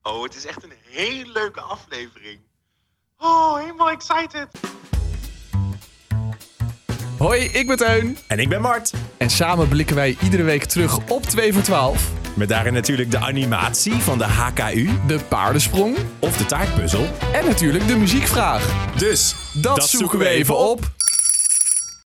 Oh, het is echt een hele leuke aflevering. Oh, helemaal excited. Hoi, ik ben Teun. En ik ben Mart. En samen blikken wij iedere week terug op 2 voor 12. Met daarin natuurlijk de animatie van de HKU. De paardensprong. Of de taartpuzzel. En natuurlijk de muziekvraag. Dus, Dat zoeken we even op.